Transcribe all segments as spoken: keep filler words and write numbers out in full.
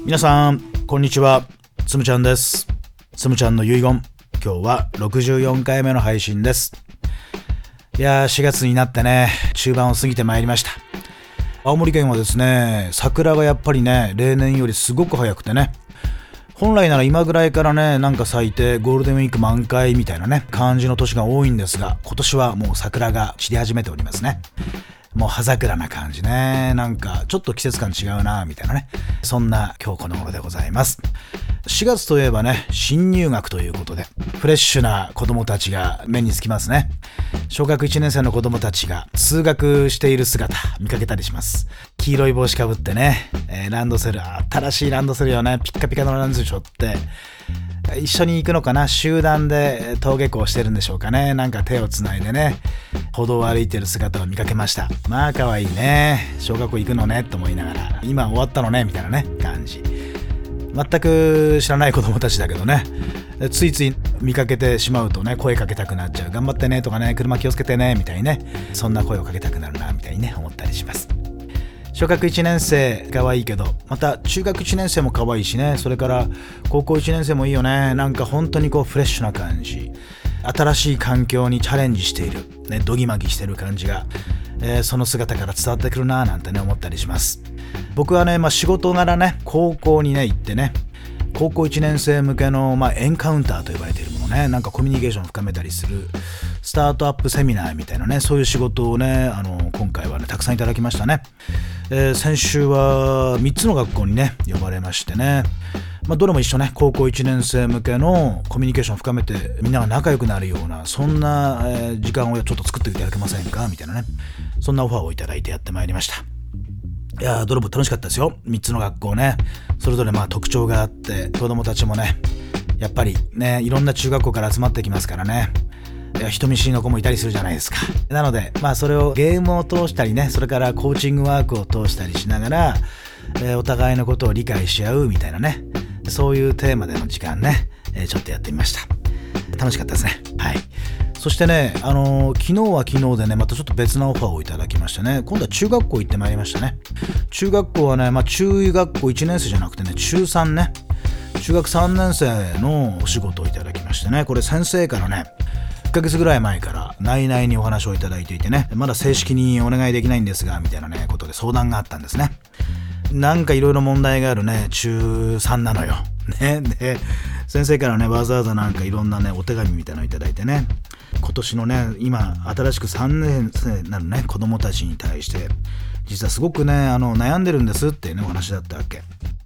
皆さんこんにちは、つむちゃんです。つむちゃんの遺言、今日はろくじゅうよんかいめの配信です。いやーしがつになってね、中盤を過ぎてまいりました。青森県はですね、桜がやっぱりね例年よりすごく早くてね、本来なら今ぐらいからねなんか咲いてゴールデンウィーク満開みたいなね感じの年が多いんですが、今年はもう桜が散り始めておりますね。もう葉桜な感じね、なんかちょっと季節感違うなみたいなね、そんな今日この頃でございます。しがつといえばね、新入学ということでフレッシュな子供たちが目につきますね。小学いちねん生の子供たちが通学している姿見かけたりします。黄色い帽子かぶってね、えー、ランドセル、新しいランドセルよね、ピッカピカのランドセル背負って一緒に行くのかな、集団で登下校してるんでしょうかね。なんか手をつないでね歩道を歩いてる姿を見かけました。まあ可愛いね、小学校行くのねと思いながら、今終わったのねみたいなね感じ。全く知らない子供たちだけどね、ついつい見かけてしまうとね声かけたくなっちゃう。頑張ってねとかね、車気をつけてねみたいにね、そんな声をかけたくなるなみたいにね思ったりします。小学いちねん生可愛いけど、また中学いちねん生も可愛いしね、それから高校いちねん生もいいよね。なんか本当にこうフレッシュな感じ、新しい環境にチャレンジしている、ね、ドギマギしてる感じが、えー、その姿から伝わってくるななんてね思ったりします。僕はね、まあ、仕事柄ね高校にね行ってね、高校いちねん生向けの、まあ、エンカウンターと呼ばれているものね、なんかコミュニケーションを深めたりするスタートアップセミナーみたいなね、そういう仕事をねあの今回はねたくさんいただきましたね。えー、先週はみっつの学校にね呼ばれましてね、まあ、どれも一緒ね、高校いちねん生向けのコミュニケーションを深めてみんなが仲良くなるような、そんな、えー、時間をちょっと作っていただけませんかみたいなね、そんなオファーをいただいてやってまいりました。いやーどれも楽しかったですよ。みっつの学校ね、それぞれまあ特徴があって、子供たちもねやっぱりねいろんな中学校から集まってきますからね、いや人見知りの子もいたりするじゃないですか。なのでまあそれをゲームを通したりね、それからコーチングワークを通したりしながら、えー、お互いのことを理解し合うみたいなね、そういうテーマでの時間ね、えー、ちょっとやってみました。楽しかったですね。はい。そしてね、あのー、昨日は昨日でねまたちょっと別なオファーをいただきましてね、今度は中学校行ってまいりましたね。中学校はね、まあ中学校いちねん生じゃなくてね中さんね、中学さんねん生のお仕事をいただきましてね、これ先生からねいっかげつぐらい前から内々にお話をいただいていてね、まだ正式にお願いできないんですがみたいなねことで相談があったんですね。なんかいろいろ問題があるね中さんなのよ、ね、で先生からねわざわざなんかいろんなねお手紙みたいなのをいただいてね、今年のね今新しくさんねん生になるね子供たちに対して実はすごくねあの悩んでるんですっていうねお話だったわけ。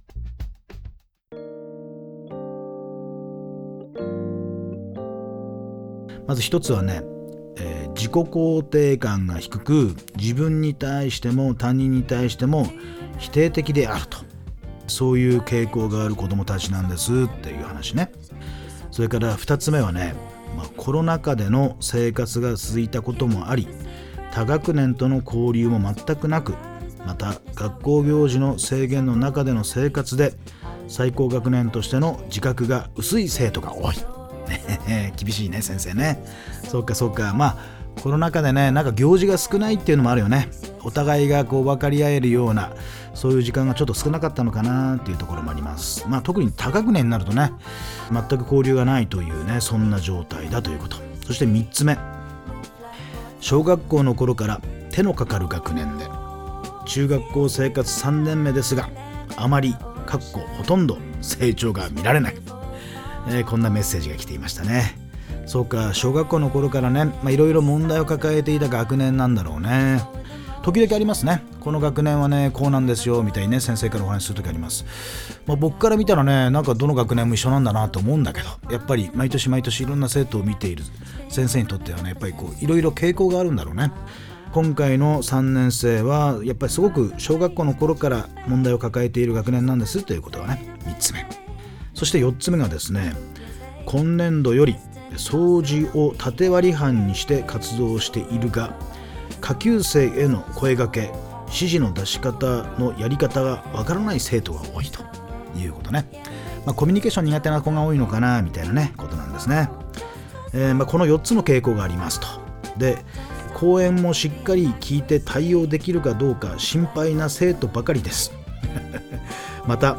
まず一つはね、えー、自己肯定感が低く、自分に対しても他人に対しても否定的であると、そういう傾向がある子どもたちなんですっていう話ね。それからふたつめはね、まあ、コロナ禍での生活が続いたこともあり、他学年との交流も全くなく、また学校行事の制限の中での生活で最高学年としての自覚が薄い生徒が多い。厳しいね先生ね。そうかそうか、まあコロナ禍でねなんか行事が少ないっていうのもあるよね。お互いがこう分かり合えるようなそういう時間がちょっと少なかったのかなっていうところもあります。まあ特に多学年になるとね全く交流がないというねそんな状態だということ。そしてみっつめ、小学校の頃から手のかかる学年で中学校生活さんねんめですがあまりかっこほとんど成長が見られない、えー、こんなメッセージが来ていましたね。そうか、小学校の頃からねいろいろ問題を抱えていた学年なんだろうね。時々ありますね、この学年はねこうなんですよみたいにね先生からお話しする時あります。まあ、僕から見たらねなんかどの学年も一緒なんだなと思うんだけど、やっぱり毎年毎年いろんな生徒を見ている先生にとってはねやっぱりこういろいろ傾向があるんだろうね。今回のさんねん生はやっぱりすごく小学校の頃から問題を抱えている学年なんですということがねみっつめ。そしてよっつめがですね、今年度より掃除を縦割り班にして活動しているが下級生への声掛け指示の出し方のやり方がわからない生徒が多いということね。まあ、コミュニケーション苦手な子が多いのかなみたいなねことなんですね。えーまあ、このよっつの傾向がありますと。で講演もしっかり聞いて対応できるかどうか心配な生徒ばかりですまた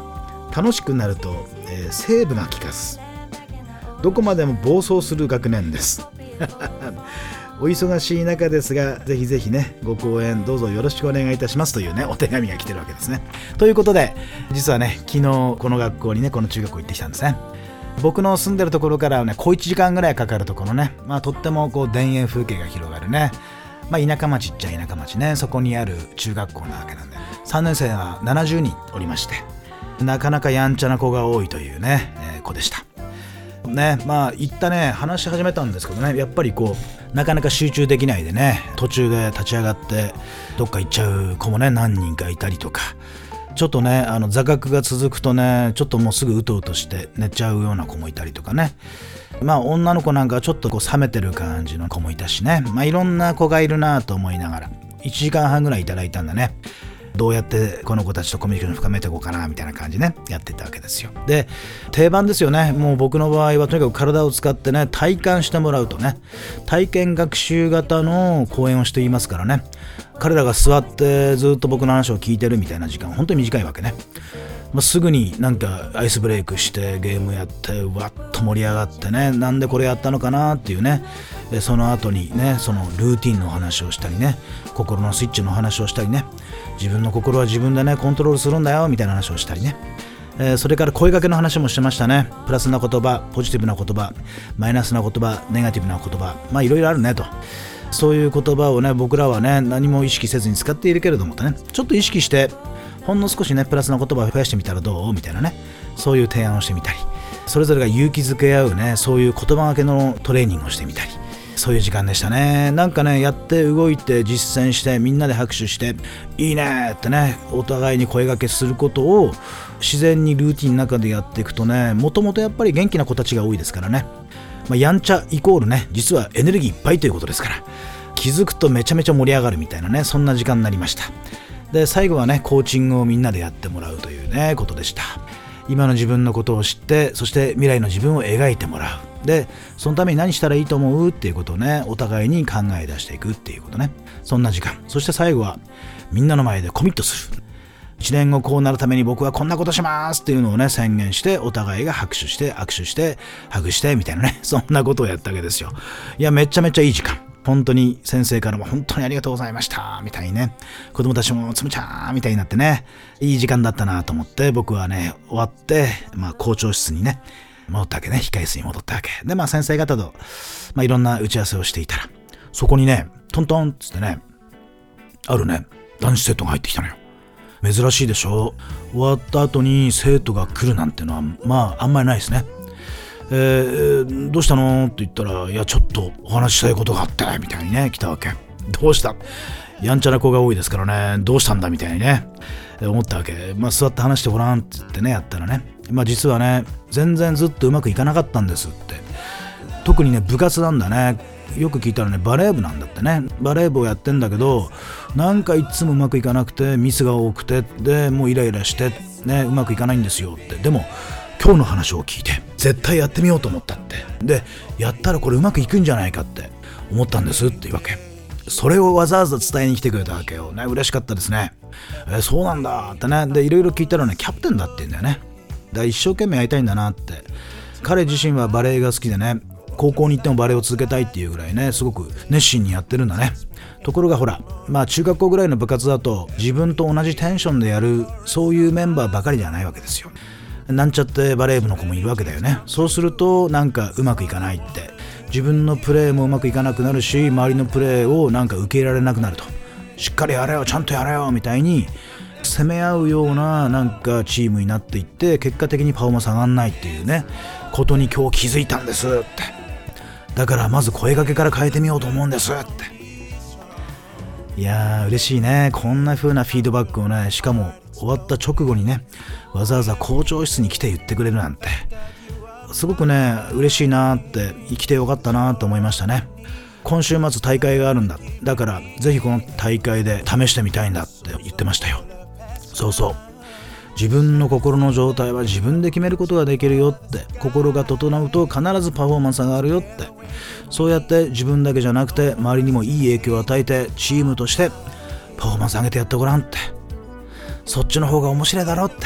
楽しくなると、えー、セーブが効かす。どこまでも暴走する学年ですお忙しい中ですが、ぜひぜひね、ご講演どうぞよろしくお願いいたしますというね、お手紙が来てるわけですね。ということで、実はね、昨日この学校にね、この中学校行ってきたんですね。僕の住んでるところからはね、小いちじかんぐらいかかるところね、まあとってもこう田園風景が広がるね、まあ田舎町っちゃ田舎町ね、そこにある中学校なわけなんで、さんねん生がななじゅうにんおりまして、なかなかやんちゃな子が多いというね、えー、子でしたね。まあ行ったね、話し始めたんですけどね、やっぱりこうなかなか集中できないでね、途中で立ち上がってどっか行っちゃう子もね、何人かいたりとか、ちょっとね、あの座学が続くとね、ちょっともうすぐうとうとして寝ちゃうような子もいたりとかね、まあ女の子なんかちょっとこう冷めてる感じの子もいたしね、まあいろんな子がいるなと思いながらいちじかんはんぐらいいただいたんだね。どうやってこの子たちとコミュニケーション深めていこうかなみたいな感じね、やっていったわけですよ。で、定番ですよね。もう僕の場合はとにかく体を使ってね、体感してもらうとね、体験学習型の講演をしていますからね、彼らが座ってずっと僕の話を聞いてるみたいな時間本当に短いわけね。まあ、すぐになんかアイスブレイクしてゲームやってわっと盛り上がってね、なんでこれやったのかなっていうね、でその後にね、そのルーティンの話をしたりね、心のスイッチの話をしたりね、自分の心は自分でねコントロールするんだよみたいな話をしたりね、えー、それから声掛けの話もしてましたね。プラスな言葉、ポジティブな言葉、マイナスな言葉、ネガティブな言葉、まあいろいろあるねと。そういう言葉をね、僕らはね何も意識せずに使っているけれどもね、ちょっと意識してほんの少しねプラスな言葉を増やしてみたらどうみたいなね、そういう提案をしてみたり、それぞれが勇気づけ合うね、そういう言葉がけのトレーニングをしてみたり、そういう時間でしたね。なんかね、やって動いて実践してみんなで拍手していいねってね、お互いに声掛けすることを自然にルーティンの中でやっていくとね、もともとやっぱり元気な子たちが多いですからね、まあ、やんちゃイコールね、実はエネルギーいっぱいということですから、気づくとめちゃめちゃ盛り上がるみたいなね、そんな時間になりました。で、最後はね、コーチングをみんなでやってもらうというね、ことでした。今の自分のことを知って、そして未来の自分を描いてもらう。で、そのために何したらいいと思うっていうことをね、お互いに考え出していくっていうことね。そんな時間。そして最後は、みんなの前でコミットする。一年後こうなるために僕はこんなことしますっていうのをね、宣言して、お互いが拍手して、握手して、ハグして、みたいなね、そんなことをやったわけですよ。いや、めちゃめちゃいい時間。本当に先生からも本当にありがとうございましたみたいにね、子供たちもつむちゃんみたいになってね、いい時間だったなと思って、僕はね終わって、まあ校長室にね戻ったわけね、控室に戻ったわけで、まあ先生方と、まあ、いろんな打ち合わせをしていたら、そこにねトントンっつってね、あるね男子生徒が入ってきたのよ。珍しいでしょ。終わった後に生徒が来るなんてのはまああんまりないですね。えー、どうしたのって言ったら、いやちょっとお話ししたいことがあってみたいにね来たわけ。どうした、やんちゃな子が多いですからね、どうしたんだみたいにね思ったわけ。まあ座って話してごらんって言ってねやったらね、まあ実はね全然ずっとうまくいかなかったんですって。特にね部活なんだね。よく聞いたらねバレー部なんだってね。バレー部をやってんだけど、なんかいつもうまくいかなくて、ミスが多くて、でもうイライラしてね、うまくいかないんですよって。でも今日の話を聞いて絶対やってみようと思ったって。でやったらこれうまくいくんじゃないかって思ったんですっていうわけ。それをわざわざ伝えに来てくれたわけよね。嬉しかったですね。えー、そうなんだってね。でいろいろ聞いたらね、キャプテンだって言うんだよね。だから一生懸命やりたいんだなって。彼自身はバレエが好きでね、高校に行ってもバレエを続けたいっていうぐらいね、すごく熱心にやってるんだね。ところがほら、まあ中学校ぐらいの部活だと自分と同じテンションでやる、そういうメンバーばかりじゃないわけですよ。なんちゃってバレー部の子もいるわけだよね。そうするとなんかうまくいかないって、自分のプレーもうまくいかなくなるし、周りのプレーをなんか受け入れられなくなると。しっかりやれよ、ちゃんとやれよみたいに攻め合うようななんかチームになっていって、結果的にパフォーマンス上がんないっていうねことに今日気づいたんですって。だからまず声掛けから変えてみようと思うんですって。いやー嬉しいね。こんな風なフィードバックをね、しかも終わった直後にね、わざわざ校長室に来て言ってくれるなんて、すごくね嬉しいなって、生きてよかったなと思いましたね。今週末大会があるんだ、だからぜひこの大会で試してみたいんだって言ってましたよ。そうそう、自分の心の状態は自分で決めることができるよって。心が整うと必ずパフォーマンスが上がるよって。そうやって自分だけじゃなくて周りにもいい影響を与えて、チームとしてパフォーマンス上げてやってごらんって。そっちの方が面白いだろって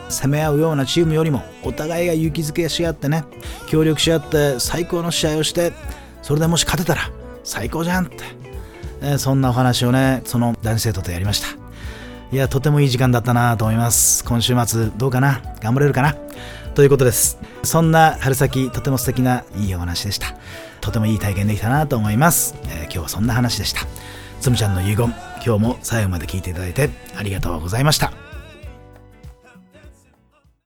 攻め合うようなチームよりもお互いが勇気づけし合ってね、協力し合って最高の試合をして、それでもし勝てたら最高じゃんって、えー、そんなお話をね、その男子生徒とやりました。いや、とてもいい時間だったなと思います。今週末どうかな、頑張れるかなということです。そんな春先、とても素敵ないいお話でした。とてもいい体験できたなと思います。えー、今日はそんな話でした。つむちゃんの遺言、今日も最後まで聞いていただいてありがとうございました。